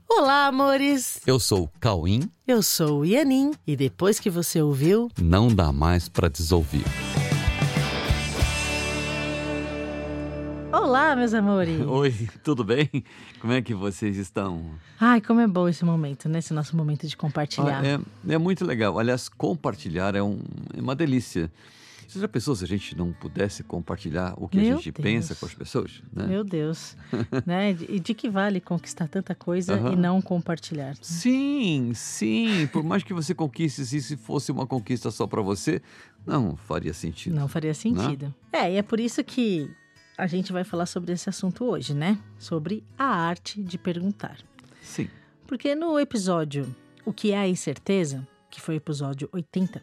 Olá, amores! Eu sou o Cauim. Eu sou o Ianin. E depois que você ouviu, não dá mais pra desouvir. Olá, meus amores! Oi, tudo bem? Como é que vocês estão? Ai, como é bom esse momento, né? Esse nosso momento de compartilhar. É muito legal. Aliás, compartilhar é uma delícia. Você já pensou se a gente não pudesse compartilhar o que a gente pensa com as pessoas? Né? Meu Deus. Né? E de que vale conquistar tanta coisa e não compartilhar? Sim. Por mais que você conquiste, se fosse uma conquista só para você, não faria sentido. Não faria sentido. Né? E é por isso que a gente vai falar sobre esse assunto hoje, né? Sobre a arte de perguntar. Sim. Porque no episódio O que é a incerteza, que foi o episódio 80,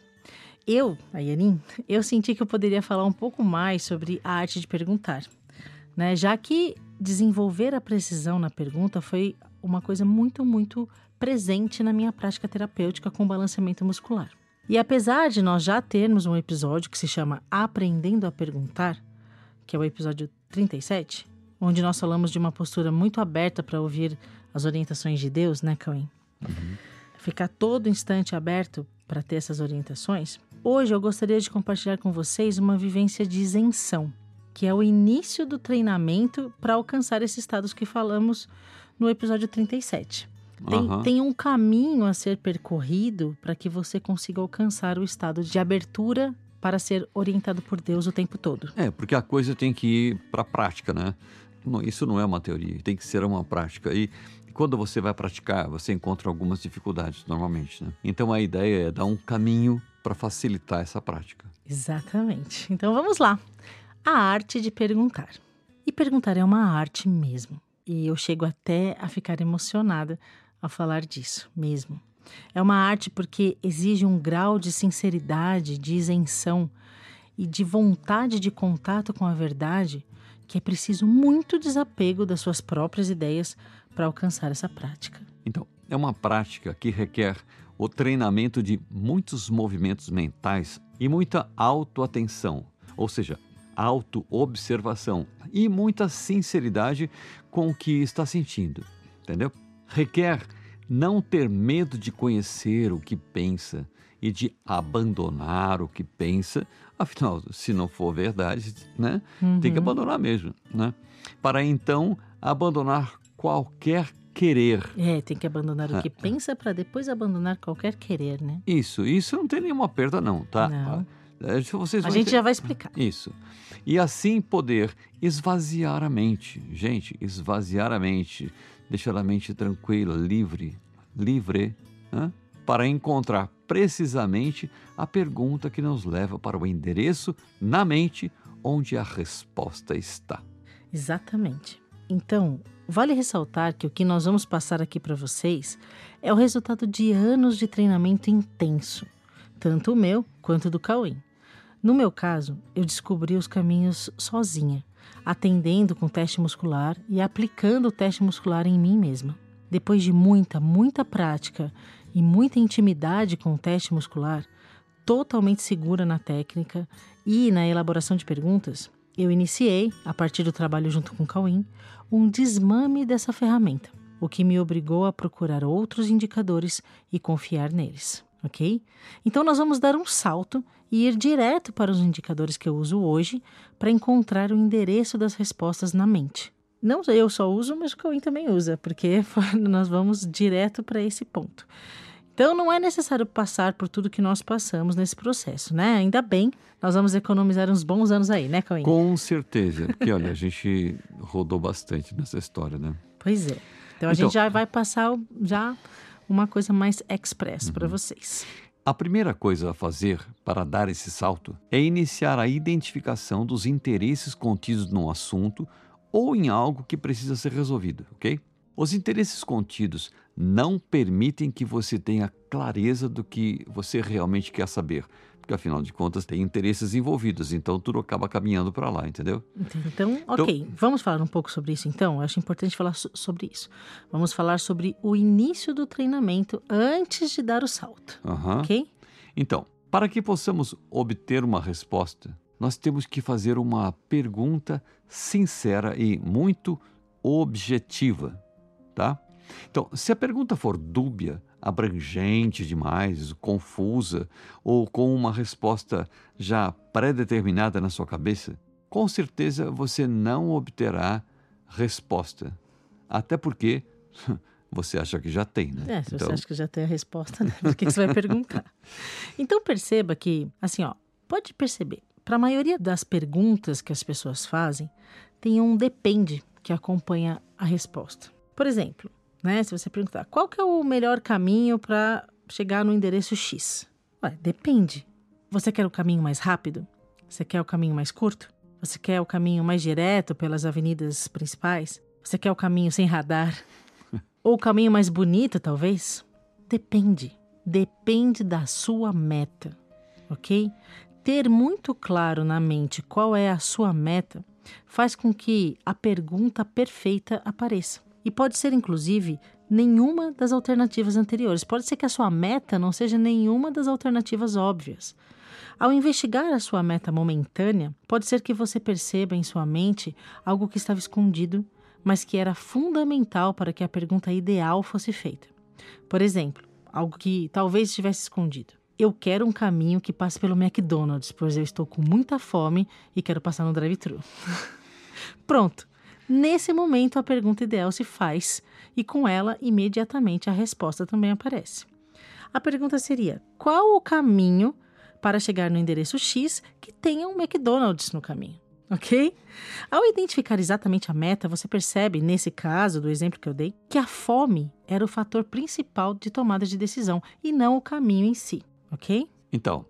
a Ianin, eu senti que eu poderia falar um pouco mais sobre a arte de perguntar, né? Já que desenvolver a precisão na pergunta foi uma coisa muito, muito presente na minha prática terapêutica com balanceamento muscular. E apesar de nós já termos um episódio que se chama Aprendendo a Perguntar, que é o episódio 37, onde nós falamos de uma postura muito aberta para ouvir as orientações de Deus, né, Cauim? Ficar todo instante aberto para ter essas orientações. Hoje eu gostaria de compartilhar com vocês uma vivência de isenção, que é o início do treinamento para alcançar esses estados que falamos no episódio 37. Tem um caminho a ser percorrido para que você consiga alcançar o estado de abertura para ser orientado por Deus o tempo todo. Porque a coisa tem que ir para a prática, né? Isso não é uma teoria, tem que ser uma prática. E quando você vai praticar, você encontra algumas dificuldades normalmente, né? Então a ideia é dar um caminho para facilitar essa prática. Exatamente. Então vamos lá. A arte de perguntar. E perguntar é uma arte mesmo. E eu chego até a ficar emocionada ao falar disso mesmo. É uma arte porque exige um grau de sinceridade, de isenção e de vontade de contato com a verdade que é preciso muito desapego das suas próprias ideias para alcançar essa prática. Então, é uma prática que requer o treinamento de muitos movimentos mentais e muita autoatenção, ou seja, autoobservação e muita sinceridade com o que está sentindo, entendeu? Requer não ter medo de conhecer o que pensa e de abandonar o que pensa. Afinal, se não for verdade, né? Tem que abandonar mesmo, né? Para então abandonar qualquer querer. Tem que abandonar o que pensa para depois abandonar qualquer querer, né? Isso não tem nenhuma perda não, tá? Não. Vocês a gente já vai explicar. Isso. E assim poder esvaziar a mente. Gente, esvaziar a mente. Deixar a mente tranquila, livre, né? Para encontrar precisamente a pergunta que nos leva para o endereço na mente onde a resposta está. Exatamente. Então, vale ressaltar que o que nós vamos passar aqui para vocês é o resultado de anos de treinamento intenso, tanto o meu quanto do Cauim. No meu caso, eu descobri os caminhos sozinha, atendendo com teste muscular e aplicando o teste muscular em mim mesma. Depois de muita prática e muita intimidade com o teste muscular, totalmente segura na técnica e na elaboração de perguntas, eu iniciei, a partir do trabalho junto com o Cauim, um desmame dessa ferramenta, o que me obrigou a procurar outros indicadores e confiar neles, ok? Então nós vamos dar um salto e ir direto para os indicadores que eu uso hoje para encontrar o endereço das respostas na mente. Não eu só uso, mas o Cauim também usa, porque nós vamos direto para esse ponto. Então, não é necessário passar por tudo que nós passamos nesse processo, né? Ainda bem, nós vamos economizar uns bons anos aí, né, Cauim? Com certeza, porque, olha, a gente rodou bastante nessa história, né? Pois é. Então, a gente já vai passar uma coisa mais express para vocês. A primeira coisa a fazer para dar esse salto é iniciar a identificação dos interesses contidos num assunto ou em algo que precisa ser resolvido, ok? Os interesses contidos não permitem que você tenha clareza do que você realmente quer saber, porque afinal de contas tem interesses envolvidos, então tudo acaba caminhando para lá, entendeu? Então, ok, vamos falar um pouco sobre isso então? Eu acho importante falar sobre isso. Vamos falar sobre o início do treinamento antes de dar o salto, ok? Então, para que possamos obter uma resposta, nós temos que fazer uma pergunta sincera e muito objetiva, tá? Então, se a pergunta for dúbia, abrangente demais, confusa ou com uma resposta já pré-determinada na sua cabeça, com certeza você não obterá resposta. Até porque você acha que já tem, né? Se você acha que já tem a resposta, né? Por que você vai perguntar? Então perceba que, assim, pode perceber, para a maioria das perguntas que as pessoas fazem, tem um depende que acompanha a resposta. Por exemplo, né, se você perguntar qual que é o melhor caminho para chegar no endereço X? Depende. Você quer o caminho mais rápido? Você quer o caminho mais curto? Você quer o caminho mais direto pelas avenidas principais? Você quer o caminho sem radar? Ou o caminho mais bonito, talvez? Depende. Depende da sua meta, ok? Ter muito claro na mente qual é a sua meta faz com que a pergunta perfeita apareça. E pode ser, inclusive, nenhuma das alternativas anteriores. Pode ser que a sua meta não seja nenhuma das alternativas óbvias. Ao investigar a sua meta momentânea, pode ser que você perceba em sua mente algo que estava escondido, mas que era fundamental para que a pergunta ideal fosse feita. Por exemplo, algo que talvez estivesse escondido. Eu quero um caminho que passe pelo McDonald's, pois eu estou com muita fome e quero passar no drive-thru. Pronto. Nesse momento, a pergunta ideal se faz e com ela, imediatamente, a resposta também aparece. A pergunta seria: qual o caminho para chegar no endereço X que tenha um McDonald's no caminho? Ok? Ao identificar exatamente a meta, você percebe, nesse caso do exemplo que eu dei, que a fome era o fator principal de tomada de decisão e não o caminho em si, ok? Então,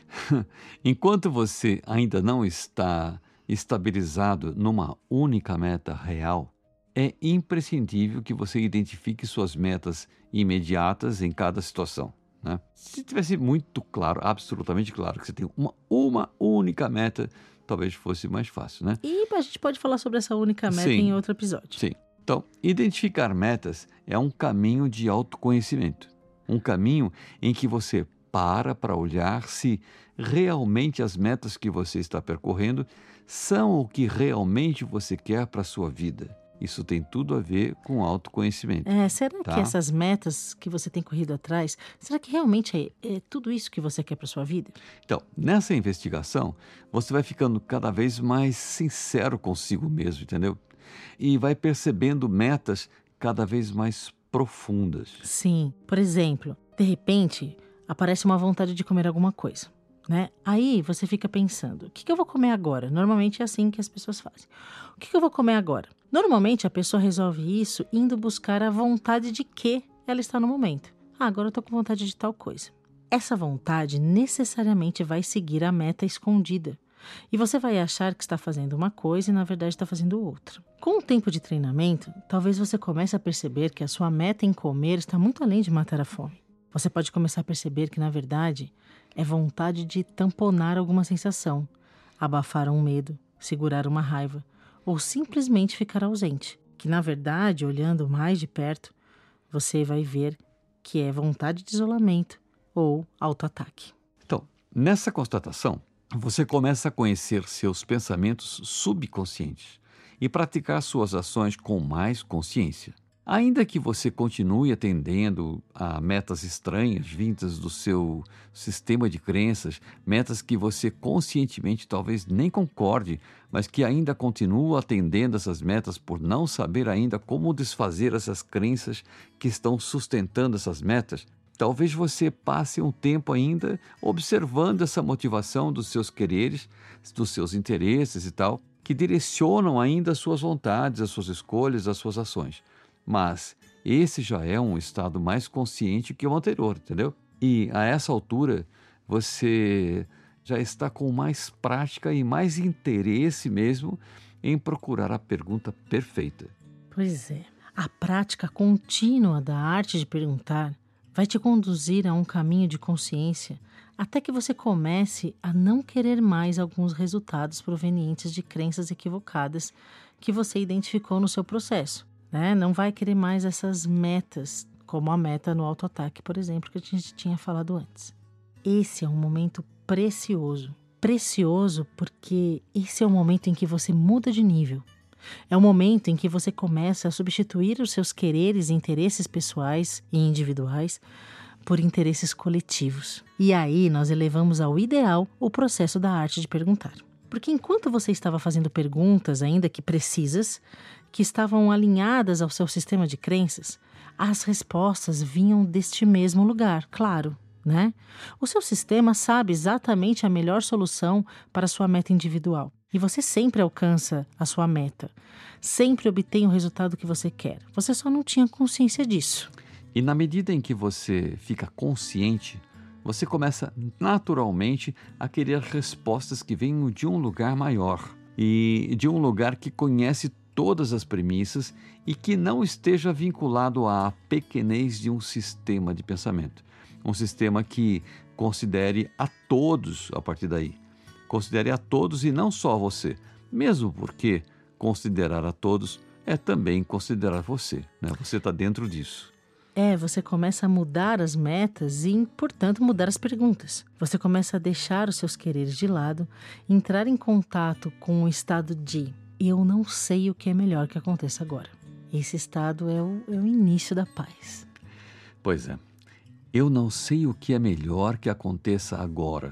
enquanto você ainda não está estabilizado numa única meta real, é imprescindível que você identifique suas metas imediatas em cada situação, né? Se tivesse muito claro, absolutamente claro, que você tem uma única meta, talvez fosse mais fácil, né? E a gente pode falar sobre essa única meta em outro episódio. Sim. Então, identificar metas é um caminho de autoconhecimento. Um caminho em que você para olhar se realmente as metas que você está percorrendo são o que realmente você quer para a sua vida. Isso tem tudo a ver com autoconhecimento. Será que essas metas que você tem corrido atrás, será que realmente é tudo isso que você quer para sua vida? Então, nessa investigação, você vai ficando cada vez mais sincero consigo mesmo, entendeu? E vai percebendo metas cada vez mais profundas. Sim. Por exemplo, de repente, aparece uma vontade de comer alguma coisa, né? Aí você fica pensando, o que eu vou comer agora? Normalmente é assim que as pessoas fazem. O que eu vou comer agora? Normalmente a pessoa resolve isso indo buscar a vontade de que ela está no momento. Agora eu tô com vontade de tal coisa. Essa vontade necessariamente vai seguir a meta escondida. E você vai achar que está fazendo uma coisa e na verdade está fazendo outra. Com o tempo de treinamento, talvez você comece a perceber que a sua meta em comer está muito além de matar a fome. Você pode começar a perceber que, na verdade, é vontade de tamponar alguma sensação, abafar um medo, segurar uma raiva, ou simplesmente ficar ausente. Que, na verdade, olhando mais de perto, você vai ver que é vontade de isolamento ou autoataque. Então, nessa constatação, você começa a conhecer seus pensamentos subconscientes e praticar suas ações com mais consciência. Ainda que você continue atendendo a metas estranhas vindas do seu sistema de crenças, metas que você conscientemente talvez nem concorde, mas que ainda continua atendendo essas metas por não saber ainda como desfazer essas crenças que estão sustentando essas metas, talvez você passe um tempo ainda observando essa motivação dos seus quereres, dos seus interesses e tal, que direcionam ainda as suas vontades, as suas escolhas, as suas ações. Mas esse já é um estado mais consciente que o anterior, entendeu? E a essa altura, você já está com mais prática e mais interesse mesmo em procurar a pergunta perfeita. Pois é. A prática contínua da arte de perguntar vai te conduzir a um caminho de consciência até que você comece a não querer mais alguns resultados provenientes de crenças equivocadas que você identificou no seu processo. Não vai querer mais essas metas, como a meta no autoataque, por exemplo, que a gente tinha falado antes. Esse é um momento precioso. Precioso porque esse é o momento em que você muda de nível. É o momento em que você começa a substituir os seus quereres e interesses pessoais e individuais por interesses coletivos. E aí nós elevamos ao ideal o processo da arte de perguntar. Porque enquanto você estava fazendo perguntas, ainda que precisas, que estavam alinhadas ao seu sistema de crenças, as respostas vinham deste mesmo lugar, claro, né? O seu sistema sabe exatamente a melhor solução para a sua meta individual. E você sempre alcança a sua meta, sempre obtém o resultado que você quer. Você só não tinha consciência disso. E na medida em que você fica consciente, você começa naturalmente a querer respostas que venham de um lugar maior e de um lugar que conhece todas as premissas e que não esteja vinculado à pequenez de um sistema de pensamento. Um sistema que considere a todos a partir daí. Considere a todos e não só você. Mesmo porque considerar a todos é também considerar você, né? Você está dentro disso. Você começa a mudar as metas e, portanto, mudar as perguntas. Você começa a deixar os seus quereres de lado, entrar em contato com o estado de eu não sei o que é melhor que aconteça agora. Esse estado é o início da paz. Pois é. Eu não sei o que é melhor que aconteça agora.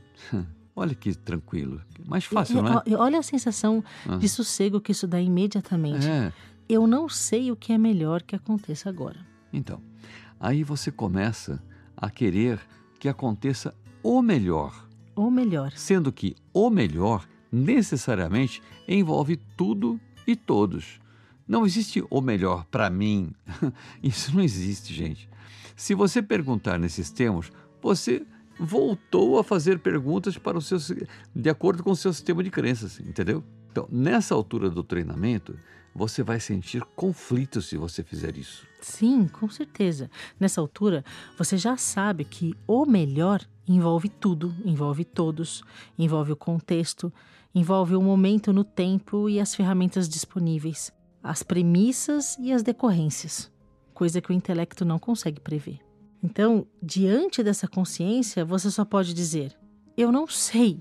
Olha que tranquilo. Mais fácil, não é? Olha a sensação de sossego que isso dá imediatamente. Eu não sei o que é melhor que aconteça agora. Então, aí você começa a querer que aconteça o melhor. O melhor. Sendo que o melhor necessariamente envolve tudo e todos. Não existe o melhor para mim. Isso não existe, gente. Se você perguntar nesses termos, você voltou a fazer perguntas para os seus, de acordo com o seu sistema de crenças, entendeu? Então, nessa altura do treinamento, você vai sentir conflitos se você fizer isso. Sim, com certeza. Nessa altura, você já sabe que o melhor envolve tudo, envolve todos, envolve o contexto, envolve o momento no tempo e as ferramentas disponíveis, as premissas e as decorrências, coisa que o intelecto não consegue prever. Então, diante dessa consciência, você só pode dizer, eu não sei.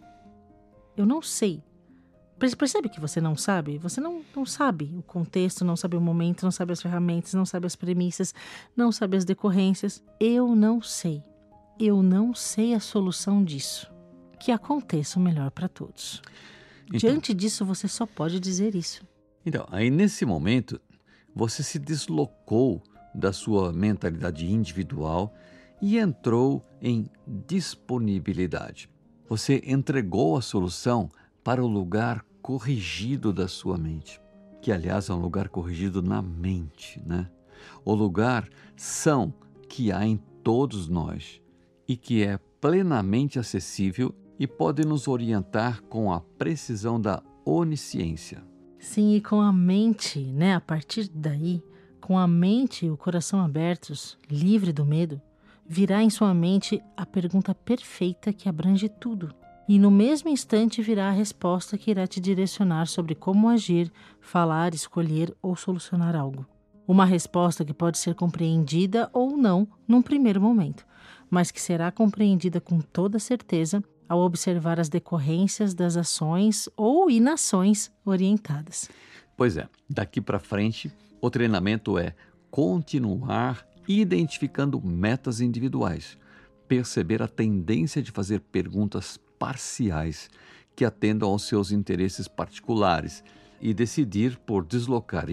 Eu não sei. Percebe que você não sabe? Você não sabe o contexto, não sabe o momento, não sabe as ferramentas, não sabe as premissas, não sabe as decorrências. Eu não sei. Eu não sei a solução disso. Que aconteça o melhor para todos. Então, diante disso, você só pode dizer isso. Então, aí nesse momento, você se deslocou da sua mentalidade individual e entrou em disponibilidade. Você entregou a solução para o lugar corrigido da sua mente, que aliás é um lugar corrigido na mente, né? O lugar são que há em todos nós e que é plenamente acessível e pode nos orientar com a precisão da onisciência. Sim, e com a mente, né? A partir daí, com a mente e o coração abertos, livre do medo, virá em sua mente a pergunta perfeita que abrange tudo. E no mesmo instante virá a resposta que irá te direcionar sobre como agir, falar, escolher ou solucionar algo. Uma resposta que pode ser compreendida ou não num primeiro momento, mas que será compreendida com toda certeza ao observar as decorrências das ações ou inações orientadas. Pois é, daqui para frente, o treinamento é continuar identificando metas individuais, perceber a tendência de fazer perguntas parciais que atendam aos seus interesses particulares e decidir por deslocar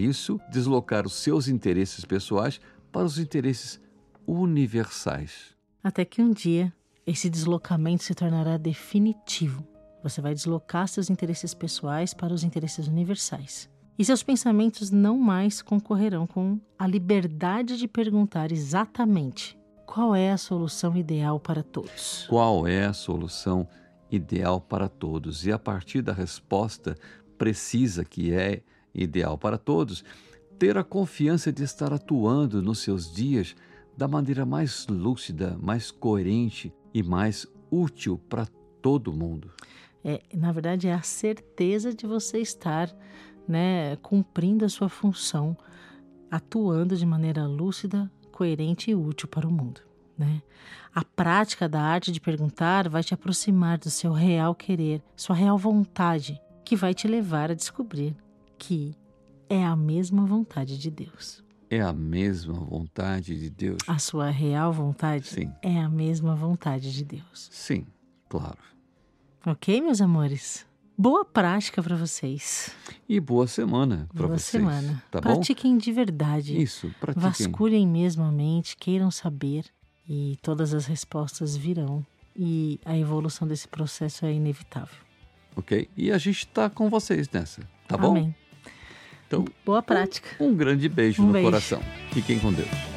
os seus interesses pessoais para os interesses universais. Até que um dia, esse deslocamento se tornará definitivo. Você vai deslocar seus interesses pessoais para os interesses universais. E seus pensamentos não mais concorrerão com a liberdade de perguntar exatamente qual é a solução ideal para todos. Qual é a solução ideal para todos? E a partir da resposta precisa que é ideal para todos, ter a confiança de estar atuando nos seus dias da maneira mais lúcida, mais coerente e mais útil para todo mundo. Na verdade, é a certeza de você estar, cumprindo a sua função, atuando de maneira lúcida, coerente e útil para o mundo. A prática da arte de perguntar vai te aproximar do seu real querer, sua real vontade, que vai te levar a descobrir que é a mesma vontade de Deus. É a mesma vontade de Deus? A sua real vontade Sim. é a mesma vontade de Deus. Sim, claro. Ok, meus amores? Boa prática para vocês. E boa semana para Boa vocês. semana. Tá bom? Pratiquem de verdade. Isso, pratiquem. Vasculhem mesmo a mente, queiram saber e todas as respostas virão. E a evolução desse processo é inevitável. Ok? E a gente está com vocês nessa, tá bom? Amém. Então, Boa prática. um grande beijo Um no beijo. coração. Fiquem com Deus.